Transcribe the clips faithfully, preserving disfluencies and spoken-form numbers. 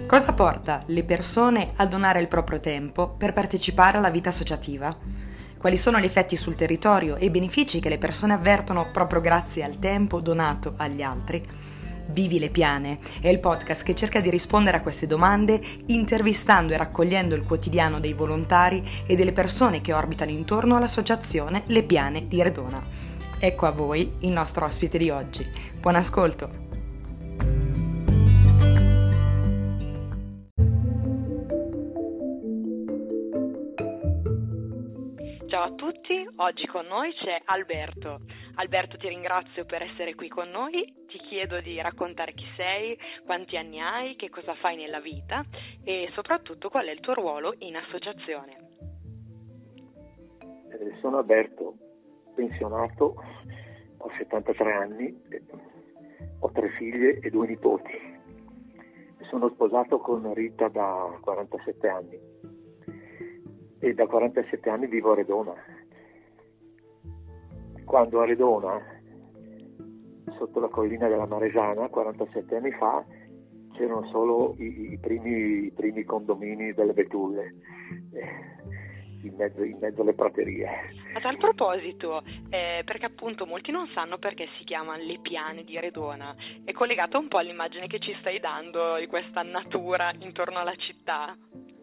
Cosa porta le persone a donare il proprio tempo per partecipare alla vita associativa? Quali sono gli effetti sul territorio e i benefici che le persone avvertono proprio grazie al tempo donato agli altri? Vivi le Piane è il podcast che cerca di rispondere a queste domande intervistando e raccogliendo il quotidiano dei volontari e delle persone che orbitano intorno all'associazione Le Piane di Redona. Ecco a voi il nostro ospite di oggi. Buon ascolto! Ciao a tutti, oggi con noi c'è Alberto. Alberto, ti ringrazio per essere qui con noi, ti chiedo di raccontare chi sei, quanti anni hai, che cosa fai nella vita e soprattutto qual è il tuo ruolo in associazione. Eh, sono Alberto, pensionato, ho settantatré anni, ho tre figlie e due nipoti. Sono sposato con Rita da quarantasette anni. E da quarantasette anni vivo a Redona. Quando a Redona, sotto la collina della Maresana, quarantasette anni fa, c'erano solo i, i, primi, i primi condomini delle Betulle, eh, in, mezzo, in mezzo alle praterie. A tal proposito, eh, perché appunto molti non sanno perché si chiama Le Piane di Redona, è collegato un po' all'immagine che ci stai dando di questa natura intorno alla città?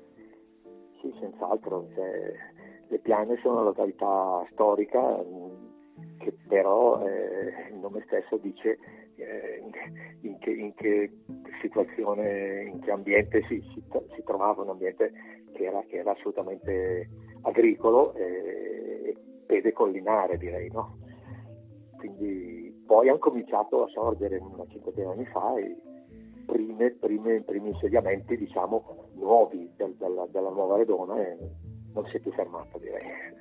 Sì, senz'altro. Cioè, Le Piane sono una località storica che però eh, il nome stesso dice eh, in, che, in che situazione, in che ambiente si, si, si trovava, un ambiente che era, che era assolutamente agricolo e pedecollinare, direi, no? Quindi poi hanno cominciato a sorgere una cinquantina di anni fa i primi, primi, primi insediamenti, diciamo, nuovi del, della, della nuova Redona e non si è più fermata, direi.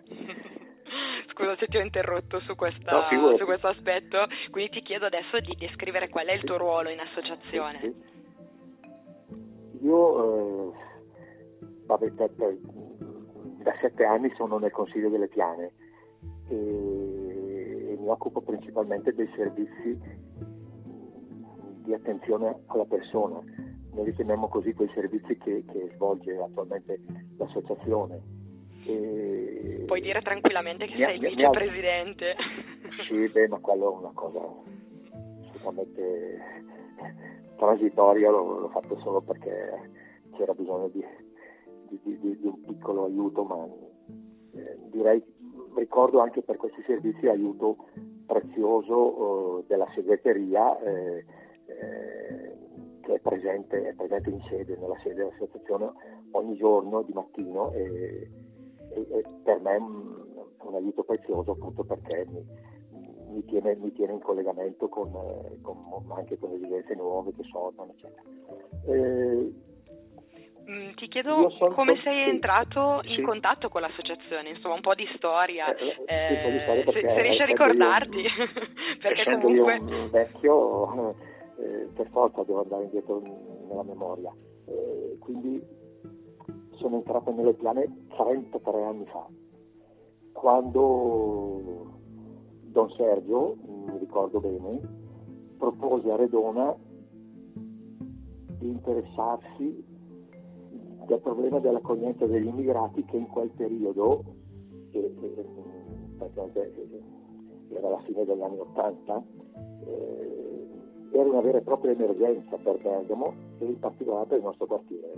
Scusa se ti ho interrotto su, questa, no, su questo aspetto, quindi ti chiedo adesso di descrivere qual è il tuo ruolo in associazione. Sì, sì. Io eh, vabbè, da, da, da sette anni sono nel Consiglio delle Piane e, e mi occupo principalmente dei servizi di attenzione alla persona. Noi li chiamiamo così quei servizi che, che svolge attualmente l'associazione. E puoi dire tranquillamente che mia, sei mia, vicepresidente. Sì, beh, ma quello è una cosa assolutamente transitoria, l'ho, l'ho fatto solo perché c'era bisogno di, di, di, di un piccolo aiuto, ma eh, direi, ricordo anche per questi servizi aiuto prezioso eh, della segreteria eh, eh, che è presente, è presente in sede, nella sede dell'associazione ogni giorno di mattino e, e, e per me è un, un aiuto prezioso appunto perché mi, mi, tiene, mi tiene in collegamento con, con anche con le esigenze nuove che sorgono, eccetera. Eh, mm, ti chiedo sono, come sei sì, entrato in sì. contatto con l'associazione, insomma un po' di storia, eh, eh, sì, un po' di storia perché, se, se riesci a ricordarti, io, perché essendo comunque... io un vecchio eh, per forza devo andare indietro nella memoria, eh, quindi sono entrato nelle Piane trentatré anni fa, quando Don Sergio, mi ricordo bene, propose a Redona di interessarsi del problema dell'accoglienza degli immigrati che in quel periodo, che, che, praticamente era la fine degli anni Ottanta, eh, era una vera e propria emergenza per Bergamo e in particolare per il nostro quartiere.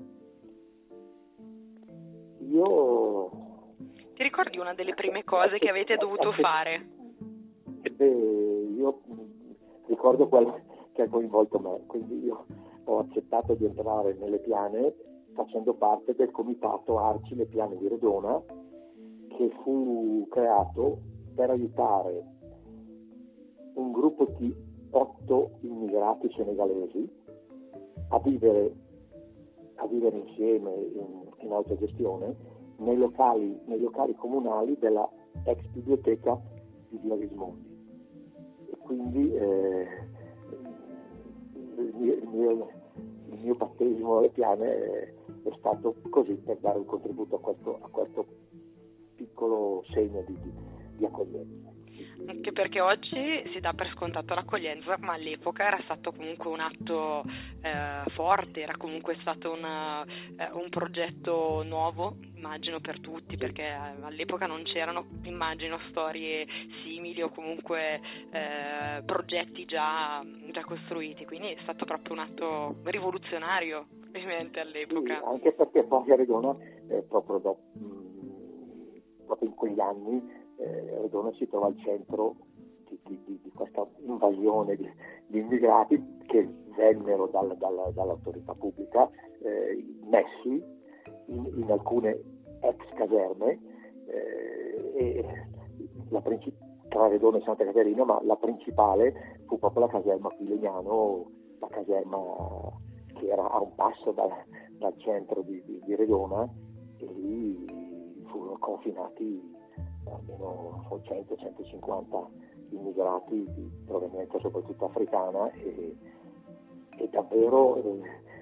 Io... Ti ricordi una delle prime cose che avete dovuto fare? Beh, io ricordo quello che ha coinvolto me, quindi io ho accettato di entrare nelle Piane facendo parte del comitato Arci Le Piane di Redona, che fu creato per aiutare un gruppo di otto immigrati senegalesi a vivere, a vivere insieme in, in autogestione nei locali, nei locali comunali della ex biblioteca di Via Vismondi. E quindi eh, il, mio, il, mio, il mio battesimo alle Piane è, è stato così, per dare un contributo a questo, a questo piccolo segno di, di, di accoglienza. Anche perché oggi si dà per scontato l'accoglienza, ma all'epoca era stato comunque un atto eh, forte, era comunque stato una, eh, un progetto nuovo, immagino per tutti, perché all'epoca non c'erano, immagino, storie simili o comunque eh, progetti già, già costruiti, quindi è stato proprio un atto rivoluzionario ovviamente all'epoca. Sì, anche perché poi a Redona eh, proprio, dopo, mh, proprio in quegli anni eh, Redona si trova al centro di, di, di, di questa invasione di, di immigrati che vennero dal, dal, dall'autorità pubblica eh, messi in, in alcune ex caserme eh, e la princip- tra Redona e Santa Caterina, ma la principale fu proprio la caserma qui Legnano, la caserma che era a un passo dal, dal centro di, di, di Redona, e lì furono confinati almeno cento centocinquanta immigrati di provenienza soprattutto africana, e, e davvero eh,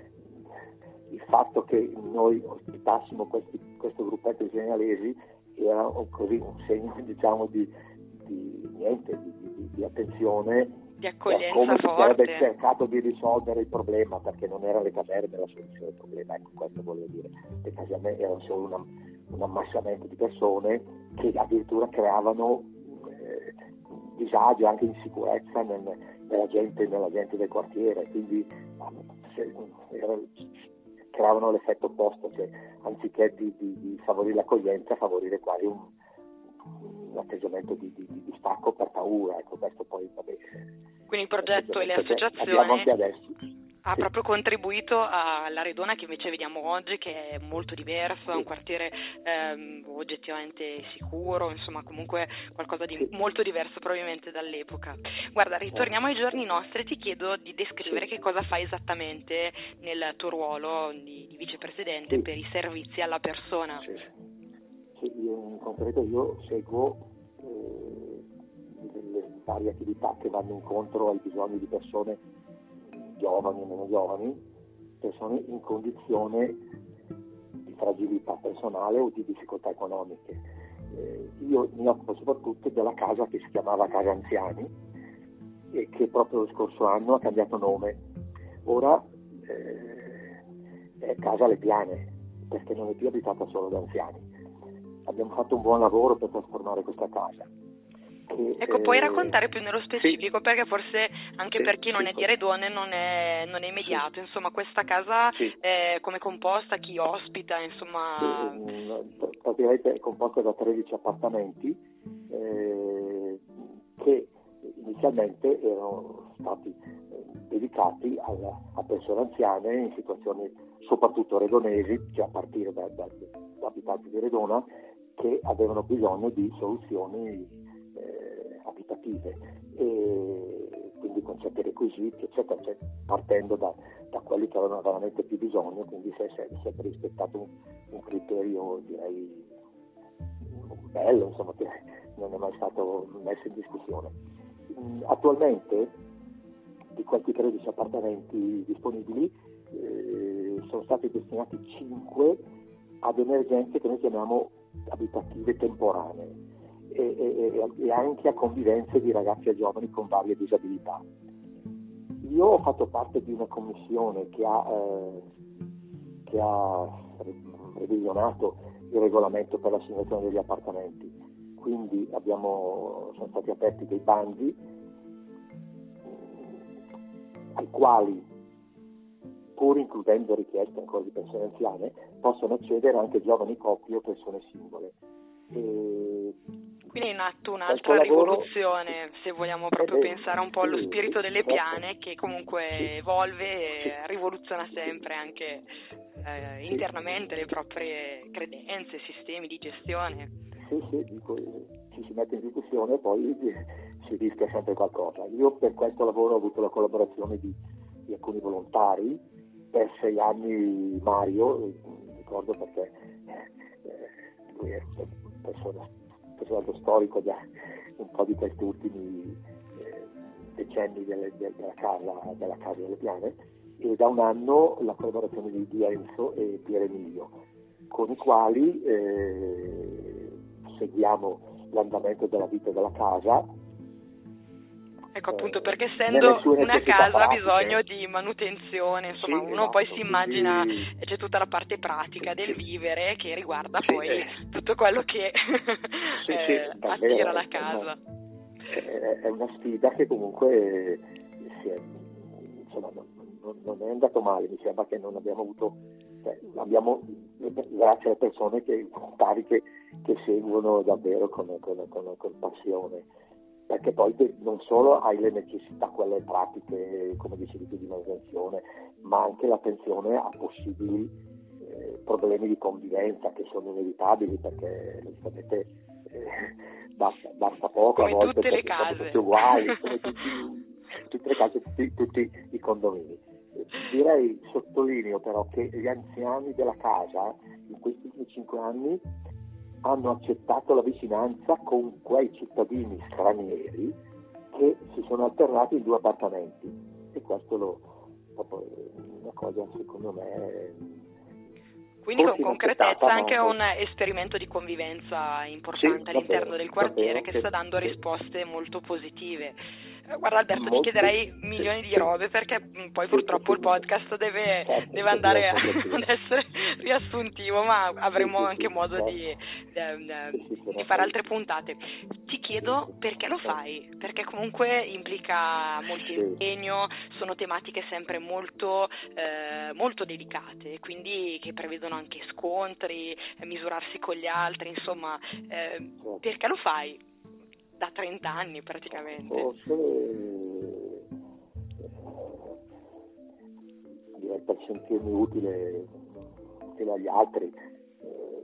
il fatto che noi ospitassimo questi, questo gruppetto di senegalesi era un, così, un segno, diciamo, di, di niente, di, di, di attenzione, di accoglienza come si forte. sarebbe cercato di risolvere il problema, perché non era le caserme la soluzione del problema, ecco, questo volevo dire. Le caserme erano solo una, un ammassamento di persone che addirittura creavano eh, disagio, anche insicurezza nel, nella gente nella gente del quartiere, quindi se, era, creavano l'effetto opposto, cioè anziché di, di, di favorire l'accoglienza, favorire quasi un, un atteggiamento di, di, di distacco per paura, ecco, questo poi vabbè. Quindi il progetto e le Abbiamo anche associazioni adesso. ha Sì. proprio contribuito alla Redona che invece vediamo oggi, che è molto diverso, è un quartiere ehm, oggettivamente sicuro, insomma comunque qualcosa di Sì. molto diverso probabilmente dall'epoca. Guarda, ritorniamo ai giorni nostri, ti chiedo di descrivere Sì. che cosa fai esattamente nel tuo ruolo di, di vicepresidente Sì. per i servizi alla persona. Sì, sì, io in concreto io seguo eh, le varie attività che vanno incontro ai bisogni di persone giovani o meno giovani, persone in condizione di fragilità personale o di difficoltà economiche. Eh, io mi occupo soprattutto della casa che si chiamava Casa Anziani e che proprio lo scorso anno ha cambiato nome. Ora eh, è Casa Le Piane, perché non è più abitata solo da anziani. Abbiamo fatto un buon lavoro per trasformare questa casa. Che, ecco, puoi eh, raccontare più nello specifico, sì, perché forse anche sì, per chi non sì, è di Redone non è, non è immediato, sì, insomma questa casa sì. è come composta, chi ospita, insomma... Sì, praticamente è composta da tredici appartamenti eh, che inizialmente erano stati eh, dedicati alla, a persone anziane in situazioni soprattutto redonesi, cioè a partire da, da, da abitanti di Redona, che avevano bisogno di soluzioni eh, abitative, e quindi con certi requisiti, eccetera, cioè, partendo da, da quelli che avevano veramente più bisogno, quindi si è sempre rispettato un, un criterio, direi, bello, insomma, che non è mai stato messo in discussione. Attualmente di questi tredici appartamenti disponibili eh, sono stati destinati cinque ad emergenze che noi chiamiamo abitative temporanee e, e, e anche a convivenze di ragazzi e giovani con varie disabilità. Io ho fatto parte di una commissione che ha, eh, che ha revisionato il regolamento per l'assegnazione degli appartamenti, quindi abbiamo, sono stati aperti dei bandi ai quali, pur includendo richieste ancora di persone anziane, possono accedere anche giovani coppie o persone singole. E quindi è in atto un'altra lavoro, rivoluzione, se vogliamo proprio eh beh, pensare un po' allo sì, spirito delle certo. piane, che comunque Sì. evolve e Sì. rivoluziona sempre anche eh, Sì. internamente le proprie credenze, sistemi di gestione. Sì, sì, dico, ci si mette in discussione e poi si rischia sempre qualcosa. Io per questo lavoro ho avuto la collaborazione di, di alcuni volontari. Per sei anni Mario, ricordo perché eh, lui è un persona, personaggio storico da un po' di questi ultimi eh, decenni delle, de, della, casa, della casa delle Piane, e da un anno la collaborazione di, di Enzo e Pier Emilio, con i quali eh, seguiamo l'andamento della vita della casa Ecco, appunto, eh, perché essendo una casa ha pratiche. bisogno di manutenzione, insomma, Sì, uno esatto, poi si immagina, quindi... e c'è tutta la parte pratica del vivere che riguarda sì, poi eh, tutto quello che sì, eh, sì, davvero, attira la è casa. una, è, è una sfida che comunque si è, insomma, non, non, non è andato male, mi sembra che non abbiamo avuto, cioè, abbiamo, grazie alle persone che, che, che seguono davvero con, con, con, con passione, perché poi non solo hai le necessità, quelle pratiche, come dicevi tu, di manutenzione, ma anche l'attenzione a possibili eh, problemi di convivenza che sono inevitabili, perché logicamente eh, basta, basta poco come a volte tutte le perché siamo case. tutti uguali, come tutti, tutte le case, tutti, tutti i condomini. Direi, sottolineo però che gli anziani della casa in questi ultimi cinque anni hanno accettato la vicinanza con quei cittadini stranieri che si sono alternati in due appartamenti, e questo lo, proprio, è una cosa secondo me quindi con forse concretezza anche ma... un esperimento di convivenza importante sì, all'interno davvero, del quartiere davvero, che sì, sta dando sì. risposte molto positive. Guarda Alberto, Molto, ti chiederei sì, milioni di sì. robe perché poi Sì, purtroppo sì, il sì, podcast deve, certo, deve andare ad certo, essere riassuntivo, ma avremo sì, sì, anche sì, modo certo. di, Sì, sì, di, sì, di no, fare poi- altre puntate. Ti chiedo perché lo fai, perché comunque implica molto sì. impegno, sono tematiche sempre molto, eh, molto delicate, quindi che prevedono anche scontri, eh, misurarsi con gli altri, insomma, eh, Certo. perché lo fai? Da trenta anni praticamente. Forse eh, direi per sentirmi utile, utile agli altri, eh,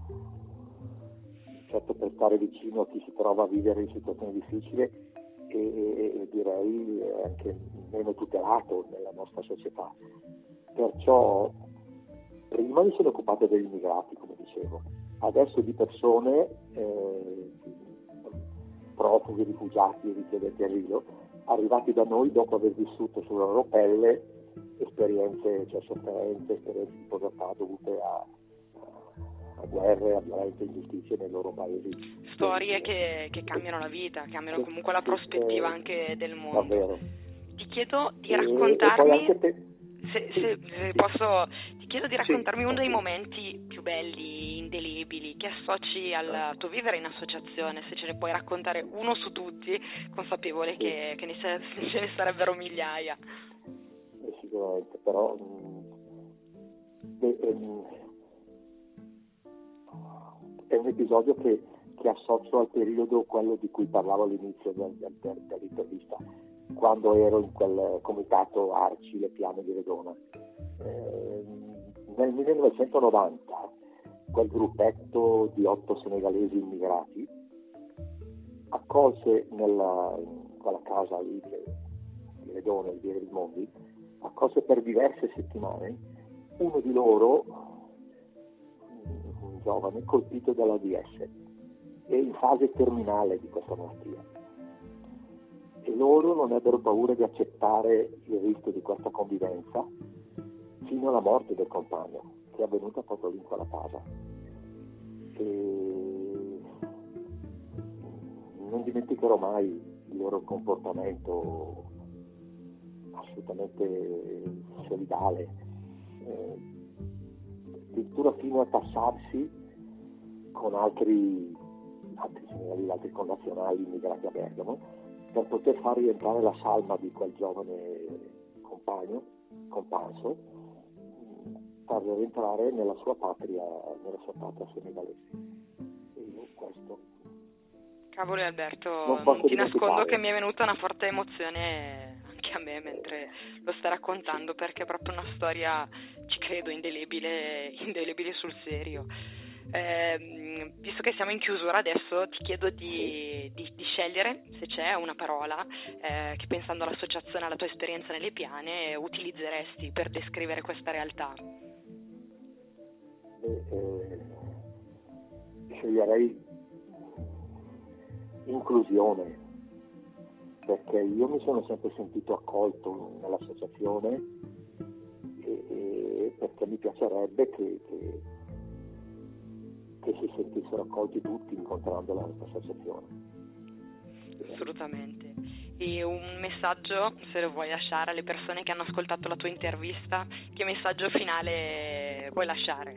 certo per stare vicino a chi si trova a vivere in situazioni difficili e, e, e direi anche meno tutelato nella nostra società. Perciò prima mi sono occupato degli immigrati, come dicevo, adesso di persone eh, profughi, rifugiati e richiedenti asilo, arrivati da noi dopo aver vissuto sulla loro pelle esperienze, cioè sofferenze, esperienze di povertà dovute a, a guerre, a violenze, ingiustizie nei loro paesi. Storie che, che cambiano la vita, cambiano comunque la prospettiva anche del mondo. Davvero. Ti chiedo di E, raccontarmi, e poi anche te... se, sì, se, se sì. posso, ti chiedo di raccontarmi sì, uno dei sì. momenti più belli, indelebili, che associ al tuo vivere in associazione, se ce ne puoi raccontare uno su tutti, consapevole sì. che, che ne sa, ce ne sarebbero migliaia. Eh, sicuramente, però mh, è, è, è un episodio che, che associo al periodo, quello di cui parlavo all'inizio del, del, del, dell'intervista, quando ero in quel comitato Arci Le Piane di Redona. Eh, nel millenovecentonovanta quel gruppetto di otto senegalesi immigrati accolse nella, in quella casa lì che, di Redona, il Via dei Mondi, accolse per diverse settimane uno di loro, un giovane colpito dall'AIDS e in fase terminale di questa malattia, e loro non ebbero paura di accettare il rischio di questa convivenza fino alla morte del compagno, che è avvenuta proprio lì in quella casa. E non dimenticherò mai il loro comportamento assolutamente solidale, eh, addirittura fino a tassarsi con altri altri segnali, altri connazionali immigrati a Bergamo, per poter far rientrare la salma di quel giovane compagno, comparso, farlo rientrare nella sua patria, nella sua patria senegalese. E io questo. Cavolo Alberto, non, non ti dimenticare. nascondo che mi è venuta una forte emozione anche a me mentre lo stai raccontando, perché è proprio una storia, ci credo, indelebile, indelebile sul serio. Eh, visto che siamo in chiusura adesso ti chiedo di, di, di scegliere, se c'è una parola eh, che, pensando all'associazione, alla tua esperienza nelle Piane, utilizzeresti per descrivere questa realtà. Beh, eh, sceglierei inclusione, perché io mi sono sempre sentito accolto nell'associazione e, e perché mi piacerebbe che, che che si sentissero accolti tutti incontrando la nostra associazione. Assolutamente. E un messaggio, se lo vuoi lasciare alle persone che hanno ascoltato la tua intervista, che messaggio finale vuoi lasciare?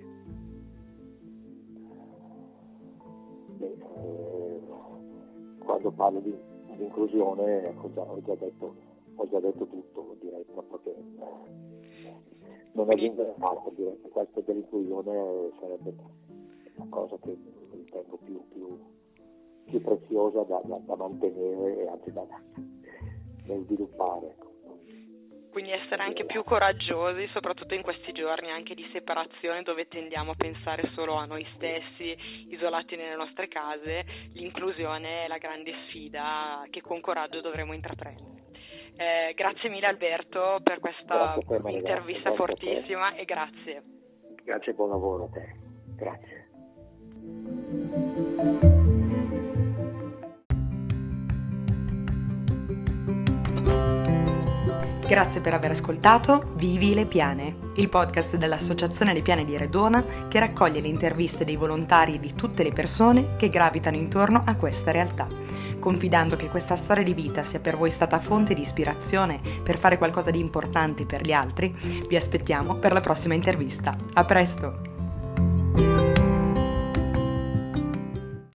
Beh, eh, quando parlo di, di inclusione ho già, ho, già detto, ho già detto tutto, direi proprio che non aggiungere altro, direi che questo dell'inclusione sarebbe la cosa che ritengo più, più, più preziosa da, da, da mantenere e anzi da, da sviluppare. Quindi essere anche più coraggiosi, soprattutto in questi giorni anche di separazione dove tendiamo a pensare solo a noi stessi, isolati nelle nostre case. L'inclusione è la grande sfida che con coraggio dovremo intraprendere. Eh, grazie mille Alberto per questa te, intervista fortissima e grazie. Grazie e buon lavoro a te. Grazie. Grazie per aver ascoltato Vivi le Piane, il podcast dell'Associazione Le Piane di Redona che raccoglie le interviste dei volontari e di tutte le persone che gravitano intorno a questa realtà. Confidando che questa storia di vita sia per voi stata fonte di ispirazione per fare qualcosa di importante per gli altri, vi aspettiamo per la prossima intervista. A presto!